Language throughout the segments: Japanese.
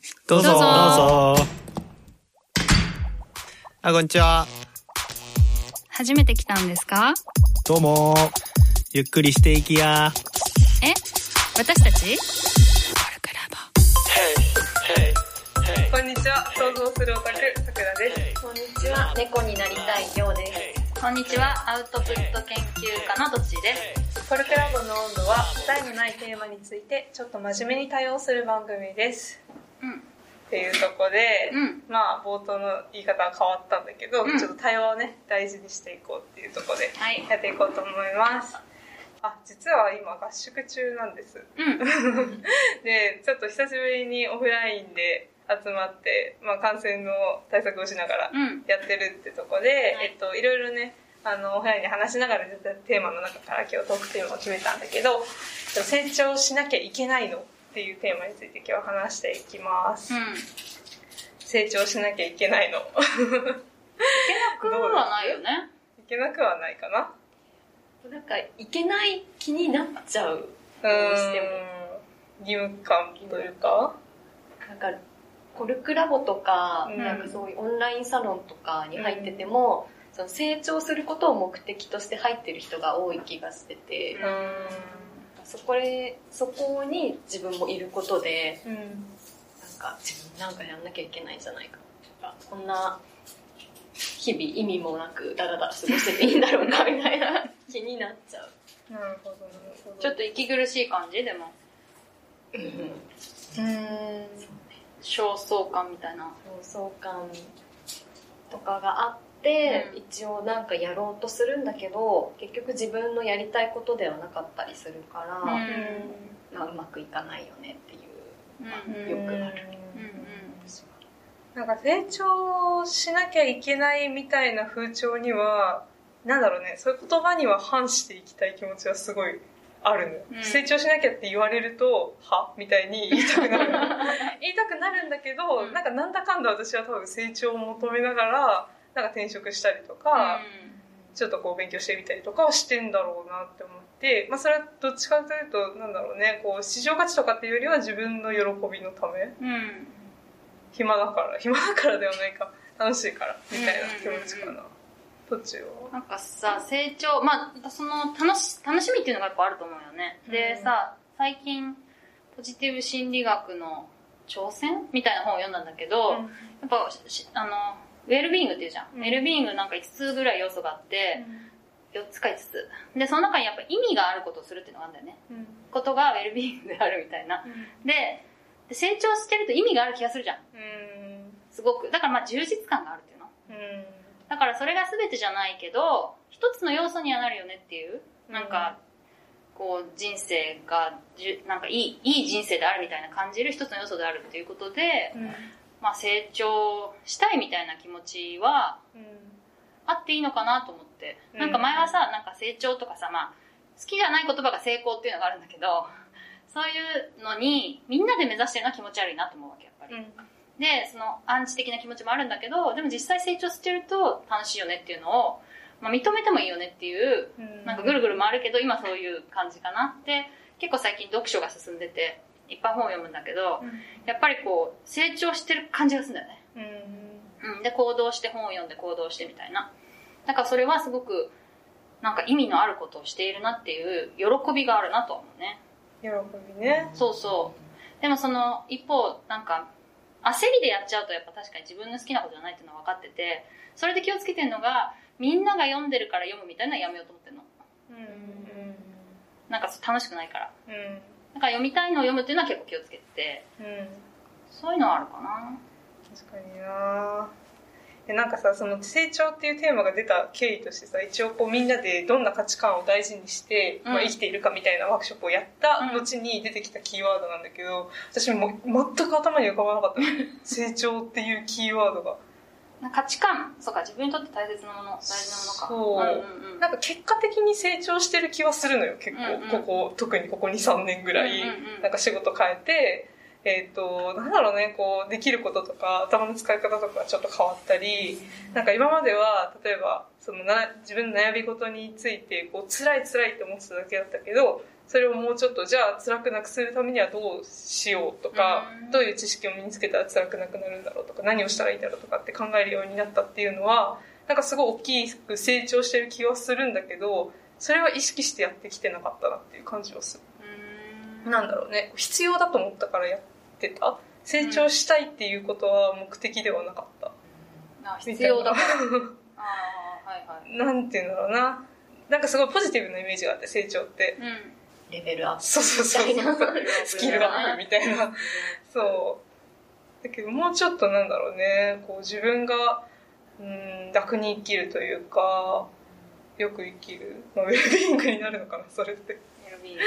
どうぞ。あ、こんにちは。 初めて来たんですか？ どうも。ゆっくりしていきや。 私たち？ こんにちは。想像するオタク、さくらです。 こんにちは。猫になりたいようです。 こんにちは。アウトプット研究家のどっちです。 コルクラボの温度は答えのないテーマについてちょっと真面目に対応する番組です。っていうとこで、まあ冒頭の言い方は変わったんだけど、ちょっと対話をね大事にしていこうっていうとこでやっていこうと思います。実は今合宿中なんです。で、ちょっと久しぶりにオフラインで集まって、感染の対策をしながらやってるってとこで、いろいろね、オフラインで話しながらテーマの中から今日トークテーマを決めたんだけど、成長しなきゃいけないのっていうテーマについて今日は話していきます。成長しなきゃいけないの。いけなくはないよね。 いけなくはないかな。 なんかいけない気になっちゃう。どうしても義務感というか、 なんかコルクラボとか、なんかそういうオンラインサロンとかに入ってても、その成長することを目的として入ってる人が多い気がしてて、そこに自分もいることで、なんか自分なんかやんなきゃいけないんじゃないかとか、こんな日々意味もなくダラダラ過ごしてていいんだろうかみたいな気になっちゃう。 なるほど。 ちょっと息苦しい感じでも。焦燥感みたいな。 焦燥感とかがあって、一応なんかやろうとするんだけど、結局自分のやりたいことではなかったりするから、うまくいかないよねっていう、よくある。 なんか成長しなきゃいけないみたいな風潮には、なんだろうね、そういう言葉には反していきたい気持ちはすごいあるの。成長しなきゃって言われると、みたいに言いたくなる。言いたくなるんだけど、なんだかんだ私は多分成長を求めながら、なんか転職したりとか、ちょっとこう勉強してみたりとかをしてんだろうなって思って、それはどっちかというと、なんだろうね、こう市場価値とかっていうよりは自分の喜びのため。暇だからではないか、楽しいからみたいな気持ちかな。どっちよ。 なんかさ、成長、その楽しみっていうのがやっぱあると思うよね。でさ、最近ポジティブ心理学の挑戦みたいな本を読んだんだけど、やっぱウェルビーイングっていうじゃん。ウェルビーイングなんか5つぐらい要素があって、4つか5つ。で、その中にやっぱ意味があることをするっていうのがあるんだよね。ことがウェルビーイングであるみたいな。で、成長してると意味がある気がするじゃん。すごく。だから充実感があるっていうの。だからそれが全てじゃないけど、一つの要素にはなるよねっていう。なんか、こう人生が、なんかいい人生であるみたいな感じる一つの要素であるっていうことで、成長したいみたいな気持ちは、あっていいのかなと思って。なんか前はさ、なんか成長とかさ、好きじゃない言葉が成功っていうのがあるんだけど、そういうのにみんなで目指してるのは気持ち悪いなと思うわけ、やっぱり。で、そのアンチ的な気持ちもあるんだけど、でも実際成長してると楽しいよねっていうのを、認めてもいいよねっていう、なんかぐるぐる回るけど、今そういう感じかなって、結構最近読書が進んでて、いっぱい本を読むんだけど、やっぱりこう、成長してる感じがするんだよね。で、行動して本を読んで行動してみたいな。だからそれはすごく、なんか意味のあることをしているなっていう喜びがあるなと思うね。 喜びね。 そうそう。でもその一方、なんか焦りでやっちゃうとやっぱ確かに自分の好きなことじゃないっていうのは分かってて、それで気をつけてるのが、みんなが読んでるから読むみたいなのはやめようと思ってるの。なんか楽しくないから。だから読みたいのを読むっていうのは結構気をつけてて、そういうのはあるかな。 確かにな。なんかさ、その成長っていうテーマが出た経緯としてさ、一応こうみんなでどんな価値観を大事にして、生きているかみたいなワークショップをやった後に出てきたキーワードなんだけど、私も全く頭に浮かばなかった。成長っていうキーワードが。 価値観、そうか、自分にとって大切なもの、大事なものか。 そう。なんか結果的に成長してる気はするのよ、結構。特にここ2、3年ぐらい、なんか仕事変えて、なんだろうね、こう、できることとか、頭の使い方とかがちょっと変わったり、なんか今までは、例えば、自分の悩み事について、こう、辛いって思ってただけだったけど、 それをもうちょっとじゃあ辛くなくするためにはどうしようとか、どういう知識を身につけたら辛くなくなるんだろうとか、何をしたらいいんだろうとかって考えるようになったっていうのは、なんかすごい大きく成長してる気はするんだけど、それは意識してやってきてなかったなっていう感じはする。なんだろうね、必要だと思ったからやってた。成長したいっていうことは目的ではなかった。 必要だから。 はいはい。なんていうんだろうな。なんかすごいポジティブなイメージがあって、成長って。 レベルアップ。 そう。スキルアップみたいな。そう。だけどもうちょっとなんだろうね、こう自分が、楽に生きるというか、よく生きる。ウェルビーイングになるのかな、それって。 ウェルビーイング、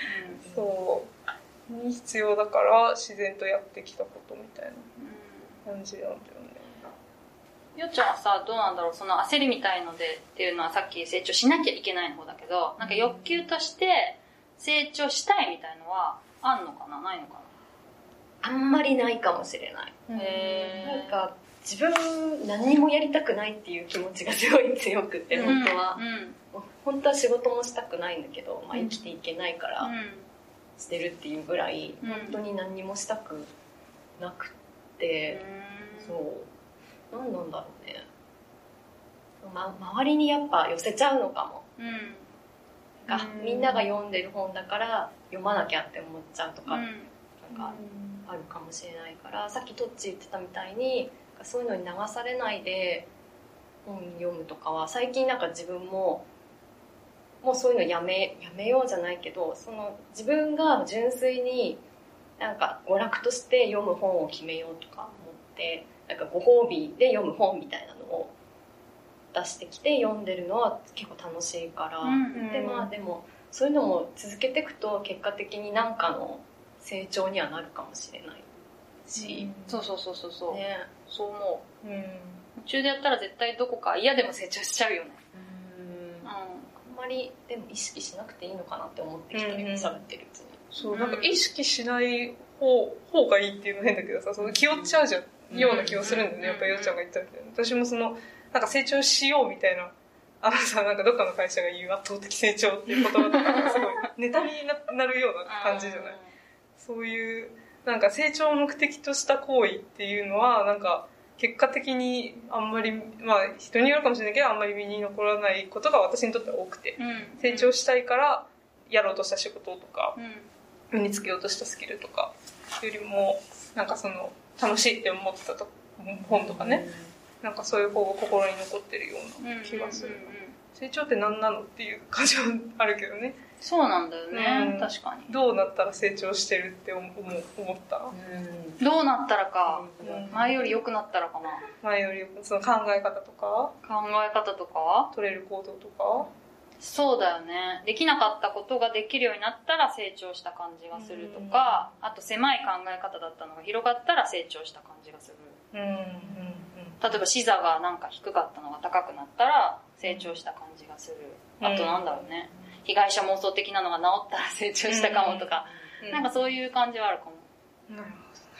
そうに必要だから自然とやってきたことみたいな感じなんだよね。 よっちゃんはさ、どうなんだろう、その焦りみたいのでっていうのはさっき成長しなきゃいけないの方だけど、なんか欲求として成長したいみたいのはあんのかな、ないのかな。あんまりないかもしれない。なんか自分何にもやりたくないっていう気持ちがすごい強くて、本当は、本当は仕事もしたくないんだけど、まあ、生きていけないからしてるっていうぐらい、本当に何にもしたくなくて、そう何なんだろうね、周りにやっぱ寄せちゃうのかも、みんなが読んでる本だから読まなきゃって思っちゃうとか、なんかあるかもしれないから、さっきトッチ言ってたみたいにそういうのに流されないで本読むとかは、最近なんか自分もうそういうのやめようじゃないけど、その自分が純粋になんか娯楽として読む本を決めようとか思って、なんかご褒美で読む本みたいなのを出してきて読んでるのは結構楽しいから、でまあでもそういうのも続けていくと結果的に何かの成長にはなるかもしれないし、 そう、 ね、 そう思う。夢中でやったら絶対どこか嫌でも成長しちゃうよね。 あんまりでも意識しなくていいのかなって思ってきてる、喋ってるうちに。 そう、なんか意識しない方がいいっていうの変だけどさ、その気負っちゃうような気がするんだよね、やっぱりよっちゃんが言ったみたいな。私もそのなんか成長しようみたいな、なんかどっかの会社が言う圧倒的成長っていう言葉とかすごいネタになるような感じじゃない。そういうなんか成長を目的とした行為っていうのはなんか結果的にあんまり、まあ人によるかもしれないけど、あんまり身に残らないことが私にとっては多くて、成長したいからやろうとした仕事とか、身につけようとしたスキルとかよりも、なんかその楽しいって思ってた本とかね、なんかそういう方が心に残ってるような気がする。成長って何なのっていう感じはあるけどね。 そうなんだよね、確かに。 どうなったら成長してるって思った？ どうなったらか、前より良くなったらかな。 前よりその考え方とか取れる行動とか。 そうだよね。できなかったことができるようになったら成長した感じがするとか、あと狭い考え方だったのが広がったら成長した感じがする。例えば視座がなんか低かったのが高くなったら成長した感じがする。あとなんだろうね、被害者妄想的なのが治ったら成長したかもとか、なんかそういう感じはあるかも。 なるほど。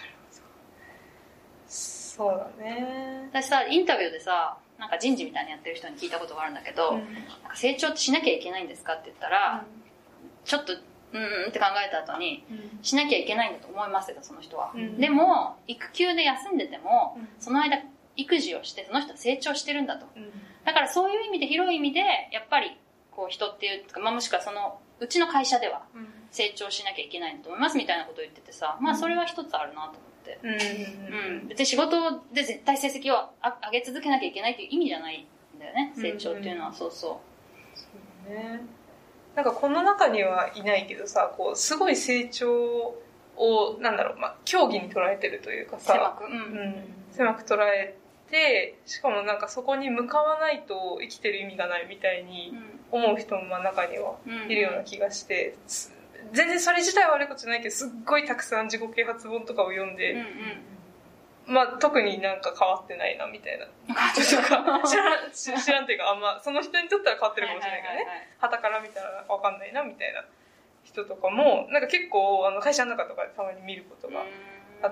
そうだね。 私さ、インタビューでさ、なんか人事みたいにやってる人に聞いたことがあるんだけど、なんか成長ってしなきゃいけないんですかって言ったら、ちょっとって考えた後に、しなきゃいけないんだと思いますよ、その人は。でも育休で休んでても、その間育児をしてその人は成長してるんだと。だからそういう意味で、広い意味でやっぱりこう人っていうか、まあ、もしくはそのうちの会社では成長しなきゃいけないと思いますみたいなことを言っててさ、まあそれは一つあるなと思って。別に仕事で絶対成績を上げ続けなきゃいけないっていう意味じゃないんだよね、成長っていうのは。 そうね。なんかこの中にはいないけどさ、こうすごい成長をなんだろう、まあ競技に捉えてるというかさ、狭く捉えて、しかもなんかそこに向かわないと生きてる意味がないみたいに思う人も中にはいるような気がして、全然それ自体は悪いことじゃないけど、すっごいたくさん自己啓発本とかを読んで、まあ特になんか変わってないなみたいな人とか知らんっていうか、あんまその人にとっては変わってるかもしれないけどね、傍から見たら分かんないなみたいな人とかもなんか結構会社の中とかでたまに見ることがあって、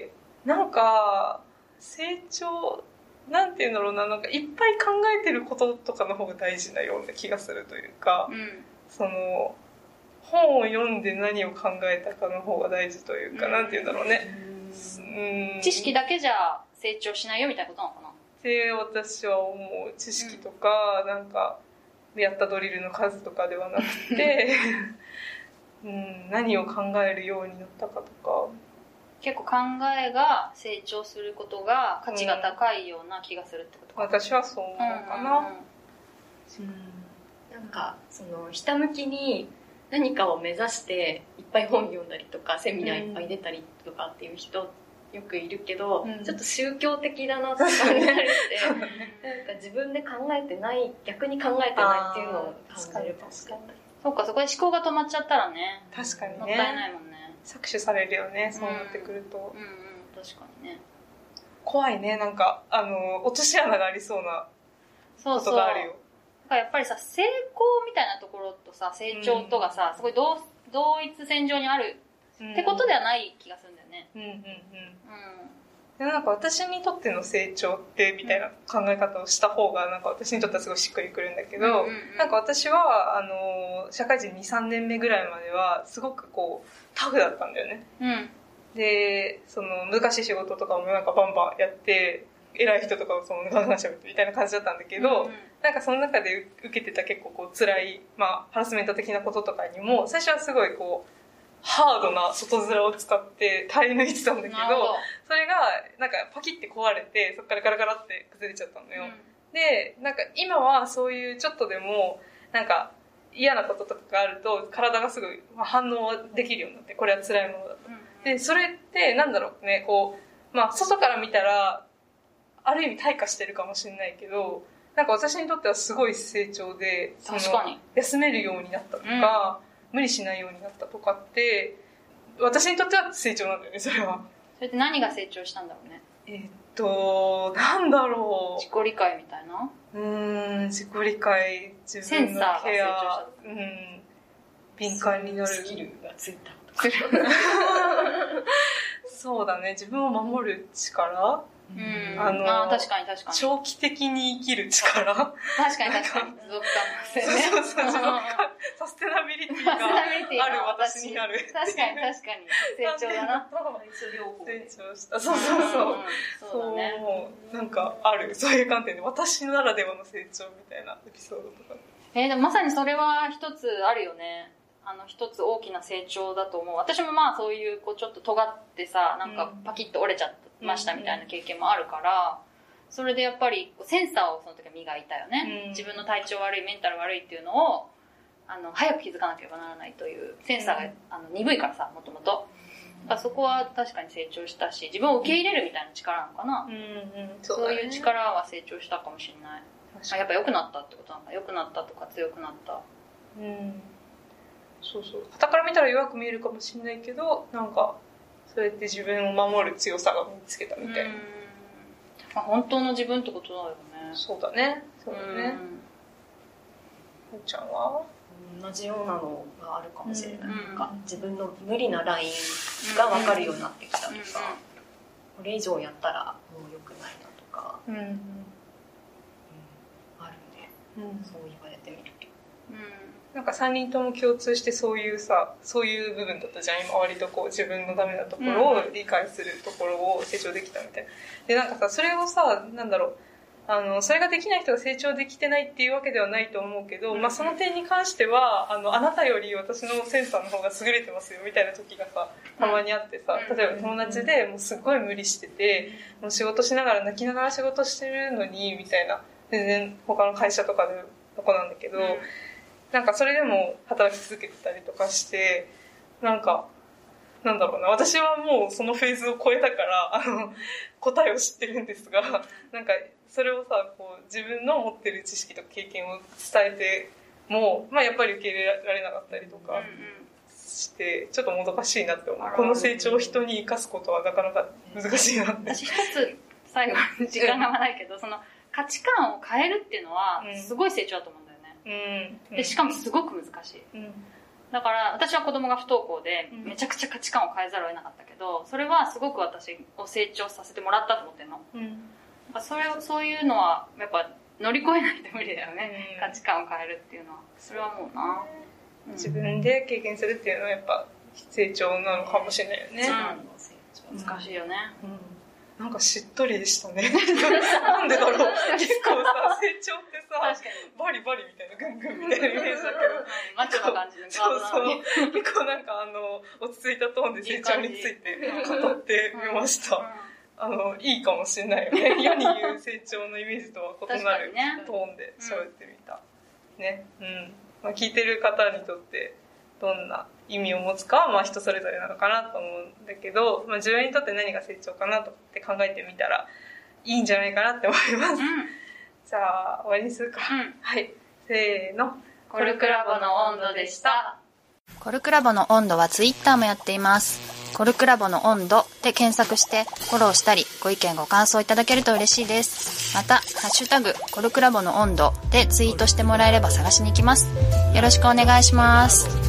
なんか成長なんていうんだろうな、なんかいっぱい考えてることとかの方が大事なような気がするというか、その本を読んで何を考えたかの方が大事というか、なんて言うんだろうね。 知識だけじゃ成長しないよみたいなことなのかなって私は思う。知識とか、なんか、やったドリルの数とかではなくて、何を考えるようになったかとか。 結構考えが成長することが価値が高いような気がするってことか、 私はそう思うかな。 なんかそのひたむきに何かを目指していっぱい本読んだりとかセミナーいっぱい出たりとかっていう人よくいるけど、ちょっと宗教的だなって考えてなんか自分で考えてない、逆に考えてないっていうのを感じるかもしれない。 そうか、そこで思考が止まっちゃったらね、 確かにね、 もったいないもんね。 搾取されるよね、そうなってくると。 確かにね。 怖いね、なんか落とし穴がありそうなことがあるよ。 だからやっぱりさ、成功みたいなところとさ、成長とがさ、すごい同一線上にあるってことではない気がするんだよね。 でなんか私にとっての成長ってみたいな考え方をした方がなんか私にとってはすごいしっくりくるんだけど、なんか私は社会人 2,3 年目ぐらいまではすごくこうタフだったんだよね。でその難しい仕事とかもなんかバンバンやって偉い人とかをそのガンガン喋ってみたいな感じだったんだけど、なんかその中で受けてた結構こう辛い、ハラスメント的なこととかにも最初はすごいこうハードな外面を使って耐え抜いてたんだけど、それがなんかパキって壊れてそこからガラガラって崩れちゃったのよ。でなんか今はそういうちょっとでもなんか嫌なこととかがあると体がすぐ反応できるようになって、これは辛いものだと。でそれってなんだろうね、こう外から見たらある意味退化してるかもしれないけど、なんか私にとってはすごい成長で、 確かに休めるようになったとか、無理しないようになったとかって私にとっては成長なんだよね、それは。 それって何が成長したんだろうね。 なんだろう、 自己理解みたいな。 自己理解、自分のケア、敏感になるスキルがついたそうだね、自分を守る力、 確かに長期的に生きる力、 確かに持続感ですね。サステナビリティがある私になる。 確かに成長だな。 成長した。そうなんかある、そういう観点で私ならではの成長みたいなエピソードとか。 でもまさにそれは一つあるよね。一つ大きな成長だと思う。私もそういうこうちょっと尖ってさ、なんかパキッと折れちゃいましたみたいな経験もあるから、それでやっぱりセンサーをその時は磨いたよね。自分の体調悪い、メンタル悪いっていうのを早く気づかなければならないというセンサーが鈍いからさ、もともと。そこは確かに成長したし、自分を受け入れるみたいな力なのかな。そういう力は成長したかもしれない。やっぱ良くなったってことなんだ。良くなったとか強くなった。 そう傍から見たら弱く見えるかもしれないけど、なんかそうやって自分を守る強さが身につけたみたいな。 本当の自分ってことだよね。 そうだね。ふーちゃんは同じようなのがあるかもしれない。なんか自分の無理なラインが分かるようになってきたとか、これ以上やったらもう良くないなとか、あるね。そう言われてみると。 なんか3人とも共通してそういう部分だったじゃん。今割とこう自分のダメなところを理解するところを成長できたみたいな。でなんかさ、それをさ、なんだろう、それができない人が成長できてないっていうわけではないと思うけど、その点に関してはあなたより私のセンサーの方が優れてますよみたいな時がさたまにあってさ、例えば友達でもうすごい無理してて、もう仕事しながら泣きながら仕事してるのにみたいな、全然他の会社とかでどこなんだけど、なんかそれでも働き続けてたりとかして、なんかなんだろうな、私はもうそのフェーズを超えたから答えを知ってるんですが、なんかそれをさこう自分の持ってる知識とか経験を伝えても、やっぱり受け入れられなかったりとかして、ちょっともどかしいなって思う。この成長を人に生かすことはなかなか難しいなって。 私一つ最後時間がないけど、その価値観を変えるっていうのはすごい成長だと思うんだよね。でしかもすごく難しい。だから私は子供が不登校でめちゃくちゃ価値観を変えざるを得なかったけど、それはすごく私を成長させてもらったと思ってるの。そういうのはやっぱ乗り越えないと無理だよね。価値観を変えるっていうのは。それはもうな。 自分で経験するっていうのはやっぱ成長なのかもしれないよね。 難しいよね。 なんかしっとりでしたね。なんでだろう。結構さ、成長ってさ、バリバリみたいな、グングンみたいなイメージだけど。 マッチョな感じのそうそう。結構なんか落ち着いたトーンで成長について語ってみました。いいかもしれないよね。世に言う成長のイメージとは異なるトーンで喋ってみた。ね。まあ、聞いてる方にとってどんな意味を持つかはまあ人それぞれなのかなと思うんだけど、まあ、自分にとって何が成長かなとって考えてみたらいいんじゃないかなって思います。じゃあ終わりにするか。はい。せーの。 コルクラボの温度でした。 コルクラボの温度はツイッターもやっています。コルクラボの温度で検索してフォローしたりご意見ご感想いただけると嬉しいです。またハッシュタグコルクラボの温度でツイートしてもらえれば探しに行きます。よろしくお願いします。